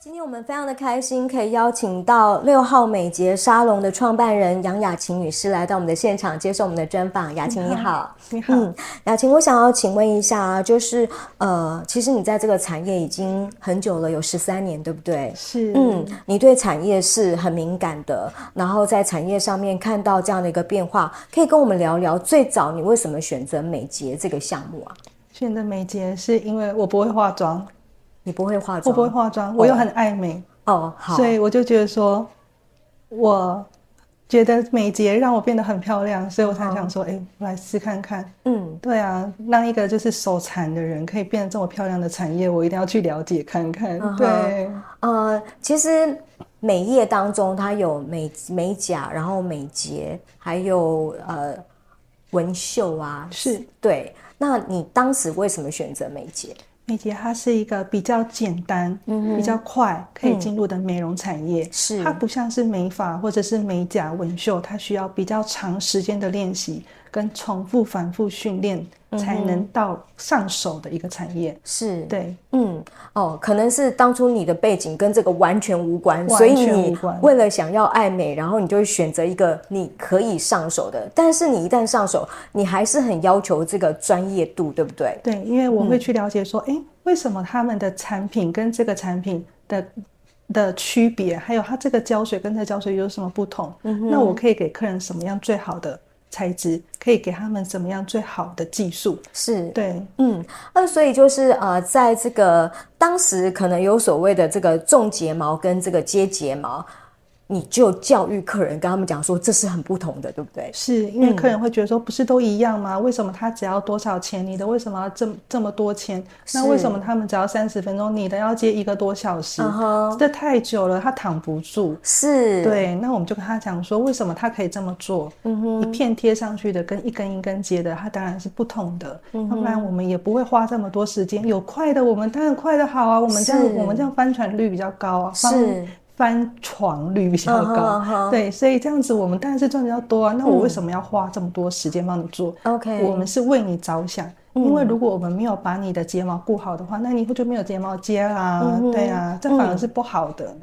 今天我们非常的开心，可以邀请到6号美睫沙龙的创办人杨雅琴女士来到我们的现场接受我们的专访。雅琴你好。 你好。 雅琴，我想要请问一下，就是其实你在这个产业已经很久了，有13年，对不对？ 是。 你对产业是很敏感的，然后在产业上面看到这样的一个变化，可以跟我们聊聊最早你为什么选择美睫这个项目啊？ 选择美睫是因为我不会化妆。 你不会化妆？ 我不会化妆，我又很爱美。 好。 所以我就觉得说，我觉得美睫让我变得很漂亮，所以我才想说，我来试看看。对啊，让一个就是手残的人可以变得这么漂亮的产业，我一定要去了解看看。对。 其实美业当中它有美甲，然后美睫，还有纹绣啊。 是。 对。那你当时为什么选择美睫？ 美睫它是一个比较简单、比较快可以进入的美容产业。 是。 它不像是美发或者是美甲、纹绣，它需要比较长时间的练习跟重复反复训练才能到上手的一个产业。 是。 对。 可能是当初你的背景跟这个完全无关， 所以你为了想要爱美，然后你就会选择一个你可以上手的。但是你一旦上手，你还是很要求这个专业度，对不对？ 对，因为我会去了解说，为什么他们的产品跟这个产品的区别，还有它这个胶水跟这个胶水有什么不同？那我可以给客人什么样最好的材质，可以给他们怎么样最好的技术。 是。 对。 所以就是在这个当时可能有所谓的这个种睫毛跟这个接睫毛，你就教育客人跟他们讲说这是很不同的，对不对？ 是，因为客人会觉得说不是都一样吗？为什么他只要多少钱，你的为什么要这么多钱？那为什么他们只要30分钟，你的要接1个多小时？这太久了，他躺不住。 是。 对，那我们就跟他讲说为什么他可以这么做。一片贴上去的跟一根一根接的，它当然是不同的。要不然我们也不会花这么多时间。有快的，我们当然快的好啊，我们这样翻船率比较高啊。 是。 翻床率比较高。对，所以这样子我们当然是赚比较多啊。那我为什么要花这么多时间帮你做？OK， 我们是为你着想。因为如果我们没有把你的睫毛顾好的话，那你以后就没有睫毛接啦。对啊，这反而是不好的。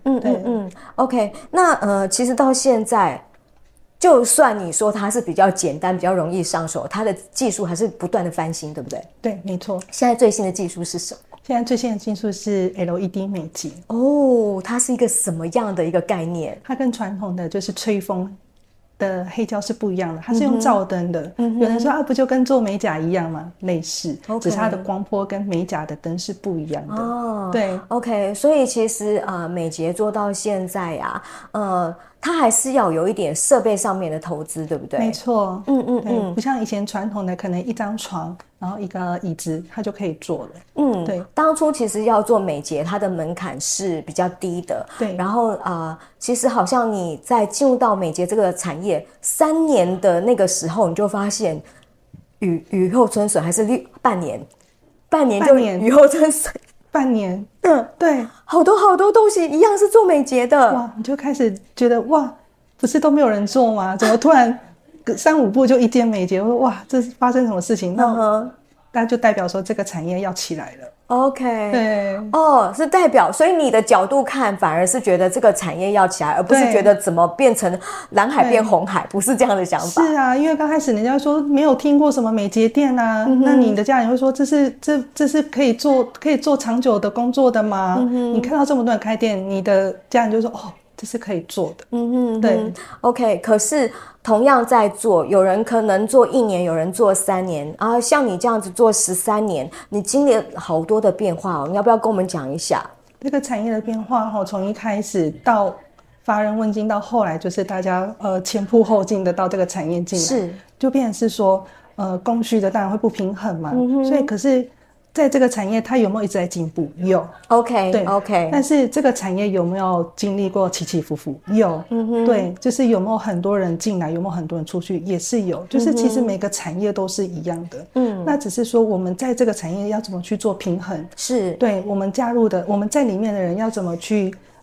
OK， 那其实到现在，就算你说它是比较简单、比较容易上手，它的技术还是不断的翻新，对不对？ 对，没错。 现在最新的技术是什么？ 现在最新的技术是 LED 美睫。 它是一个什么样的一个概念？ 它跟传统的就是吹风的黑胶是不一样的，它是用照灯的。有人说不就跟做美甲一样吗？类似，只是它的光波跟美甲的灯是不一样的。对。 OK， 所以其实美睫做到现在啊，它还是要有一点设备上面的投资，对不对？ 没错。不像以前传统的可能一张床然后一个椅子它就可以做了。对。 当初其实要做美睫，它的门槛是比较低的。 对。 然后其实好像你在进入到美睫这个产业3年的那个时候，你就发现雨后春笋，还是半年就雨后春笋。 半年。对。 好多东西一样是做美睫的。 哇，你就开始觉得哇，不是都没有人做吗？怎么突然3、5步就一间美睫？我说哇，这是发生什么事情？那就代表说这个产业要起来了。 OK。 对。 是代表，所以你的角度看反而是觉得这个产业要起来，而不是觉得怎么变成蓝海变红海，不是这样的想法。 是啊，因为刚开始人家说没有听过什么美睫店啊，那你的家人会说这是可以做长久的工作的吗？你看到这么多人开店，你的家人就说这是可以做的。对。 OK， 可是同样在做，有人可能做1年，有人做3年啊，像你这样子做13年，你经历了好多的变化你要不要跟我们讲一下这个产业的变化？从一开始到乏人问津，到后来就是大家前仆后继的到这个产业进来， 是就变成是说供需的当然会不平衡嘛。所以可是在这个产业它有没有一直在进步？有。 OK。 对。 OK， 但是这个产业有没有经历过起起伏伏？有。对，就是有没有很多人进来，有没有很多人出去，也是有。就是其实每个产业都是一样的。那只是说我们在这个产业要怎么去做平衡。 是。 对，我们加入的，我们在里面的人要怎么去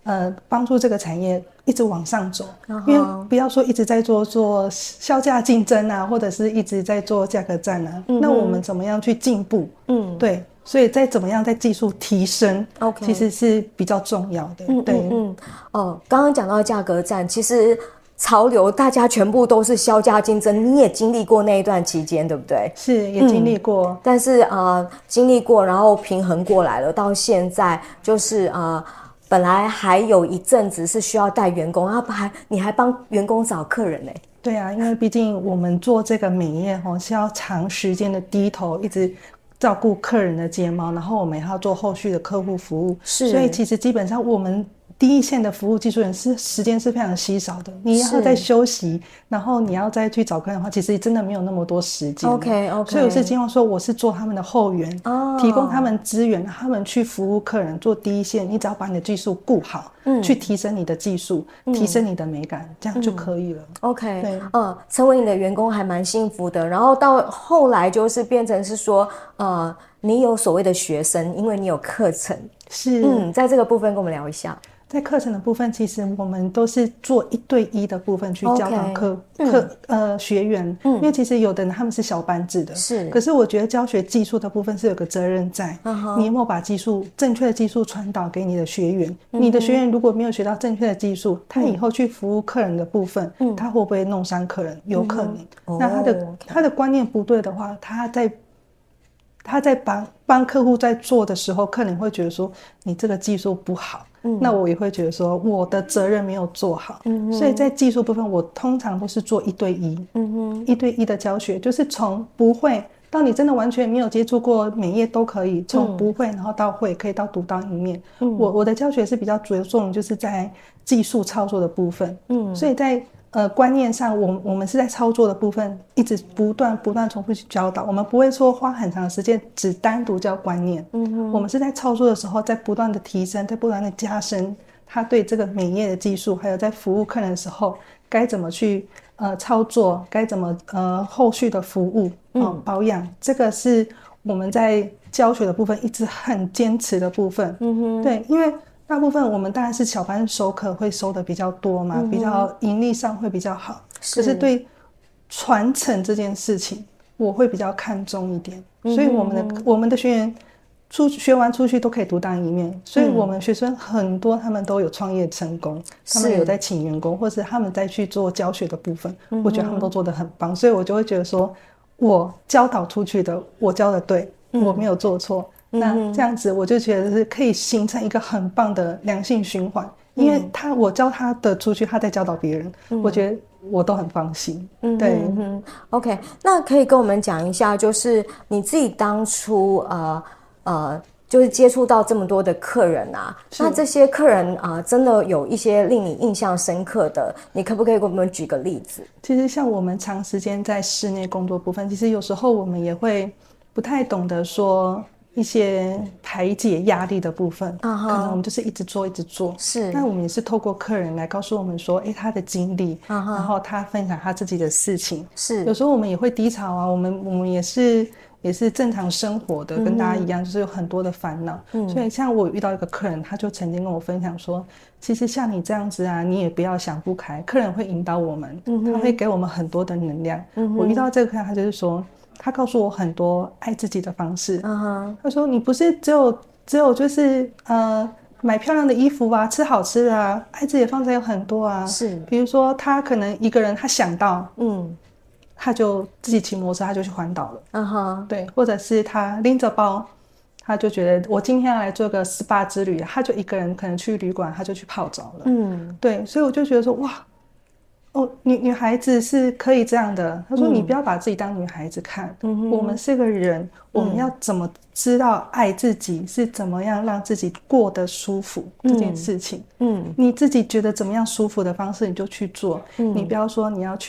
帮助这个产业一直往上走，因为不要说一直在做销价竞争啊，或者是一直在做价格战啊，那我们怎么样去进步？对，所以怎么样在技术提升，其实是比较重要的。对， 刚刚讲到价格战，其实潮流大家全部都是销价竞争，你也经历过那一段期间，对不对？ 是，也经历过， 但是经历过，然后平衡过来了，到现在就是本来还有一阵子是需要带员工，然后你还帮员工找客人呢。 对啊，因为毕竟我们做这个美业是要长时间的低头，一直照顾客人的睫毛，然后我们还要做后续的客户服务，所以其实基本上我们第一线的服务技术人时间是非常稀少的，你要再休息，然后你要再去找客人的话，其实真的没有那么多时间。 OK， 所以我是希望说我是做他们的后援，提供他们资源，他们去服务客人，做第一线，你只要把你的技术顾好，去提升你的技术，提升你的美感，这样就可以了。 OK， 对，成为你的员工还蛮幸福的，然后到后来就是变成是说你有所谓的学生，因为你有课程。 是， 在这个部分跟我们聊一下。 在课程的部分，其实我们都是做1对1的部分去教导学员，因为其实有的人他们是小班制的，是。可是我觉得教学技术的部分是有个责任在，你有没有把正确的技术传导给你的学员？你的学员如果没有学到正确的技术，他以后去服务客人的部分，他会不会弄伤客人？有可能。那他的观念不对的话，他在帮客户在做的时候，客人会觉得说你这个技术不好，那我也会觉得说我的责任没有做好，所以在技术部分我通常都是做1对1，1对1的教学，就是从不会到你真的完全没有接触过美业都可以，从不会然后到会，可以到独当一面。我的教学是比较着重就是在技术操作的部分，所以在观念上我们是在操作的部分一直不断重复去教导，我们不会说花很长的时间只单独教观念，我们是在操作的时候在不断的提升，在不断的加深他对这个美业的技术，还有在服务客人的时候该怎么去操作，该怎么后续的服务保养，这个是我们在教学的部分一直很坚持的部分。对，因为大部分我们当然是小班授课会收的比较多嘛，比较盈利上会比较好，可是对传承这件事情我会比较看重一点，所以我们的学员学完出去都可以独当一面，所以我们学生很多他们都有创业成功，他们有在请员工，或是他们在去做教学的部分，我觉得他们都做得很棒，所以我就会觉得说我教导出去的我教的对，我没有做错，那这样子我就觉得是可以形成一个很棒的良性循环，因为我教他的出去，他在教导别人，我觉得我都很放心。对 ，OK， 那可以跟我们讲一下，就是你自己当初就是接触到这么多的客人啊，那这些客人真的有一些令你印象深刻的，你可不可以给我们举个例子？ 其实像我们长时间在室内工作部分，其实有时候我们也会不太懂得说一些排解压力的部分，可能我们就是一直做，是。那我们也是透过客人来告诉我们说，他的经历，然后他分享他自己的事情，是。有时候我们也会低潮啊，我们也是正常生活的，跟大家一样，就是有很多的烦恼。所以像我遇到一个客人，他就曾经跟我分享说，其实像你这样子啊，你也不要想不开，客人会引导我们，他会给我们很多的能量。我遇到这个客人，他就是说，他告诉我很多爱自己的方式。他说你不是只有就是买漂亮的衣服啊，吃好吃的啊，爱自己的方式有很多啊。是，比如说他可能一个人他想到他就自己骑摩托车，他就去环岛了。对，或者是他拎着包，他就觉得我今天要来做个 SPA 之旅，他就一个人可能去旅馆，他就去泡澡了。对，所以我就觉得说，哇，女孩子是可以这样的。他说你不要把自己当女孩子看，我们是个人，我们要怎么知道爱自己是怎么样让自己过得舒服这件事情。你自己觉得怎么样舒服的方式你就去做，你不要说你要去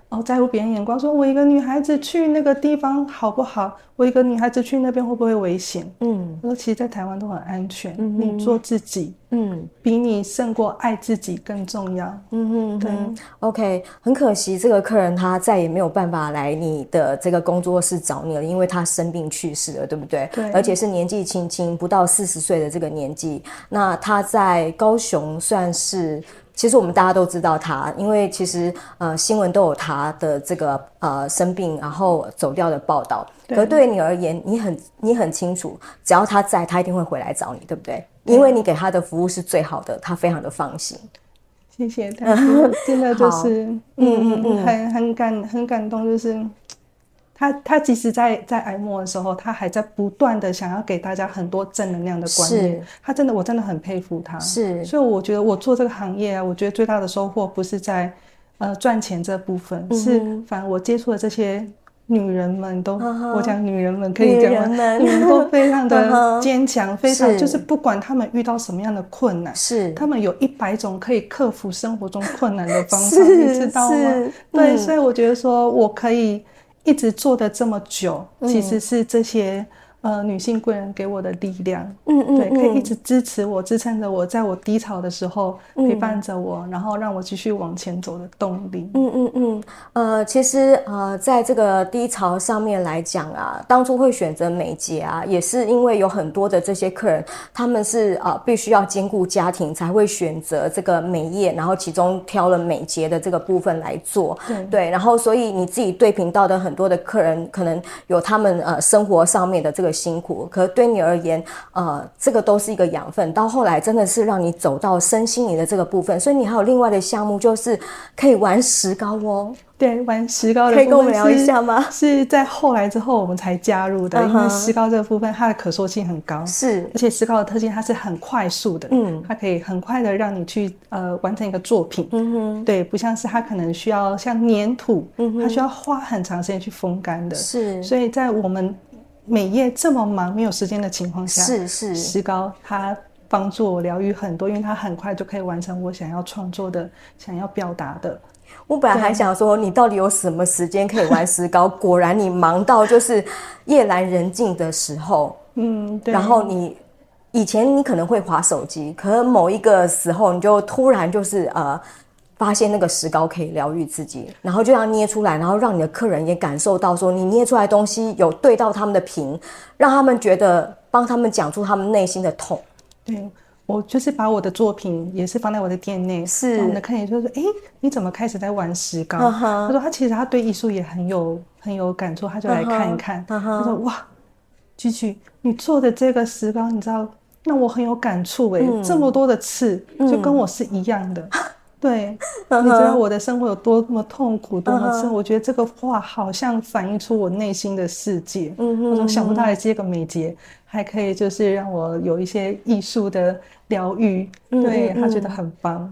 在乎别人眼光，说我一个女孩子去那个地方好不好，我一个女孩子去那边会不会危险。我说其实在台湾都很安全，你做自己比你胜过爱自己更重要。对 OK， 很可惜这个客人他再也没有办法来你的这个工作室找你了，因为他生病去世了，对不对？ 对， 而且是年纪轻轻不到40岁的这个年纪。那他在高雄算是，其实我们大家都知道他，因为其实新闻都有他的这个生病然后走掉的报道。可对你而言，你很清楚，只要他在，他一定会回来找你，对不对？因为你给他的服务是最好的，他非常的放心。 谢谢，但是真的就是很感动，就是他即使在癌末的时候，他还在不断的想要给大家很多正能量的观念。我真的很佩服他。是，所以我觉得我做这个行业啊，我觉得最大的收获不是在赚钱这部分，是反而我接触的这些女人们都，我讲女人们可以讲吗？女人都非常的坚强，非常就是不管她们遇到什么样的困难，她们有100种可以克服生活中困难的方法，你知道吗？对，所以我觉得说我可以一直做的这么久，其实是这些女性贵人给我的力量。对，可以一直支持我，支撑着我，在我低潮的时候陪伴着我，然后让我继续往前走的动力。 其实在这个低潮上面来讲啊，当初会选择美睫啊，也是因为有很多的这些客人，他们是必须要兼顾家庭，才会选择这个美业，然后其中挑了美睫的这个部分来做。对，然后所以你自己对频道的很多的客人，可能有他们生活上面的这个辛苦，可对你而言，这个都是一个养分，到后来真的是让你走到身心灵的这个部分，所以你还有另外的项目，就是可以玩石膏哦。 对，玩石膏的部分可以跟我们聊一下吗？ 是在后来之后我们才加入的，因为石膏这个部分它的可塑性很高，而且石膏的特性它是很快速的，它可以很快的让你去完成一个作品。对，不像是它可能需要像粘土，它需要花很长时间去风干的。所以在我们美业这么忙没有时间的情况下，石膏它帮助我疗愈很多，因为它很快就可以完成我想要创作的、想要表达的。 我本来还想说你到底有什么时间可以玩石膏，果然你忙到就是夜阑人静的时候，对，然后以前你可能会滑手机，可是某一个时候你就突然就是发现那个石膏可以疗愈自己，然后就要捏出来，然后让你的客人也感受到说你捏出来的东西有对到他们的频，让他们觉得帮他们讲出他们内心的痛。 对，我就是把我的作品也是放在我的店内，我们的客人就说：“你怎么开始在玩石膏？”他说：“其实他对艺术也很有感触，他就来看一看。他说：‘哇，Gigi，你做的这个石膏，你知道，让我很有感触这么多的刺，就跟我是一样的。’对，你知道我的生活有多么痛苦，多么深。我觉得这个画好像反映出我内心的世界。我说想不到来接个美睫，还可以就是让我有一些艺术的疗愈。对，他觉得很棒。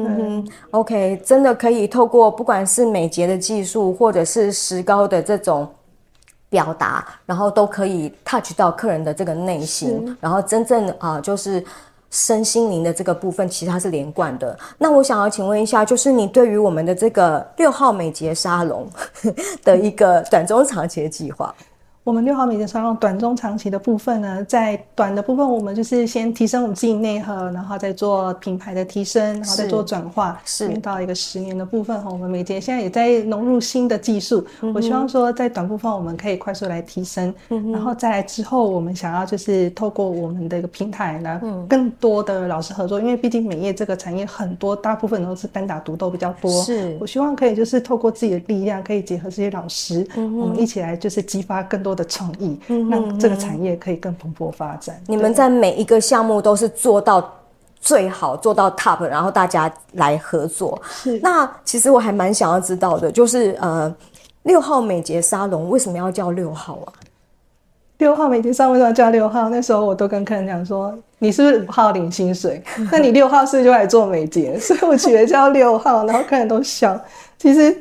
OK， 真的可以透过不管是美睫的技术，或者是石膏的这种表达，然后都可以 touch 到客人的这个内心，然后真正就是身心灵的这个部分其实它是连贯的。那我想要请问一下，就是你对于我们的这个6号美睫沙龙的一个短中长期的计划。 我们6号美睫沙龙短中长期的部分呢，在短的部分我们就是先提升我们自己内核，然后再做品牌的提升，然后再做转化，到一个10年的部分。我们美睫现在也在融入新的技术，我希望说在短部分我们可以快速来提升，然后再来之后我们想要就是透过我们的一个平台来更多的老师合作，因为毕竟美业这个产业很多大部分都是单打独斗比较多，我希望可以就是透过自己的力量，可以结合这些老师，我们一起来就是激发更多的创意，让这个产业可以更蓬勃发展。 你们在每一个项目都是做到最好，做到 top， 然后大家来合作。那其实我还蛮想要知道的，就是6号美睫沙龙为什么要叫6号啊 ？6号美睫沙龙为什么要叫6号？那时候我都跟客人讲说，你是不是5号领薪水？那你6号是不是就来做美睫？所以我取了叫6号，然后客人都笑。其实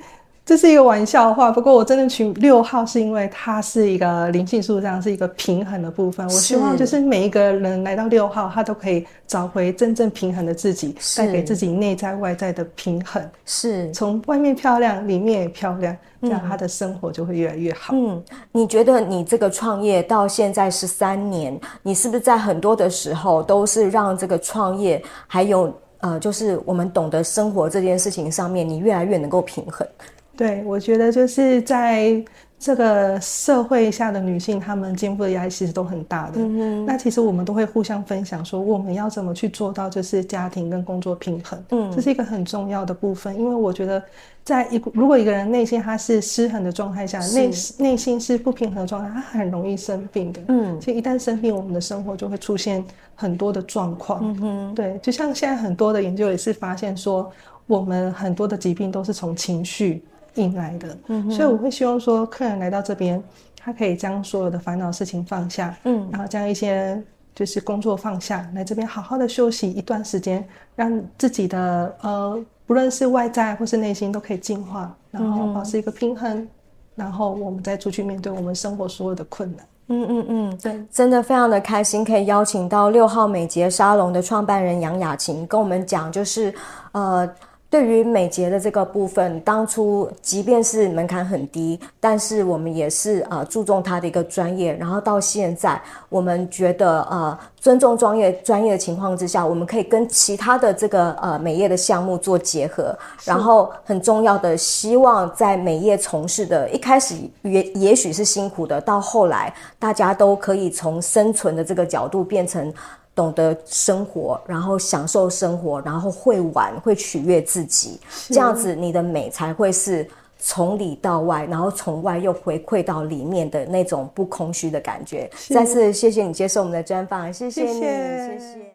这是一个玩笑话，不过我真的取6号是因为它是一个灵性数上是一个平衡的部分。我希望就是每一个人来到6号，他都可以找回真正平衡的自己，带给自己内在外在的平衡。是，从外面漂亮，里面也漂亮，这样他的生活就会越来越好。 你觉得你这个创业到现在13年，你是不是在很多的时候都是让这个创业还有就是我们懂得生活这件事情上面，你越来越能够平衡？ 对，我觉得就是在这个社会下的女性，她们肩负的压力其实都很大的。那其实我们都会互相分享说，我们要怎么去做到就是家庭跟工作平衡。这是一个很重要的部分，因为我觉得如果一个人内心他是失衡的状态下，内心是不平衡的状态，他很容易生病的。其实一旦生病，我们的生活就会出现很多的状况。对，就像现在很多的研究也是发现说，我们很多的疾病都是从情绪引来的。所以我会希望说客人来到这边，他可以将所有的烦恼事情放下，然后将一些就是工作放下，来这边好好的休息一段时间，让自己的不论是外在或是内心都可以净化，然后保持一个平衡，然后我们再出去面对我们生活所有的困难。 对，真的非常的开心可以邀请到6号美睫沙龙的创办人杨雅琴跟我们讲，就是对于美睫的这个部分，当初即便是门槛很低，但是我们也是注重它的一个专业，然后到现在我们觉得尊重专业的情况之下，我们可以跟其他的这个美业的项目做结合，然后很重要的希望在美业从事的一开始也许是辛苦的，到后来大家都可以从生存的这个角度变成懂得生活，然后享受生活，然后会玩，会取悦自己，这样子你的美才会是从里到外，然后从外又回馈到里面的那种不空虚的感觉。再次谢谢你接受我们的专访，谢谢你，谢谢。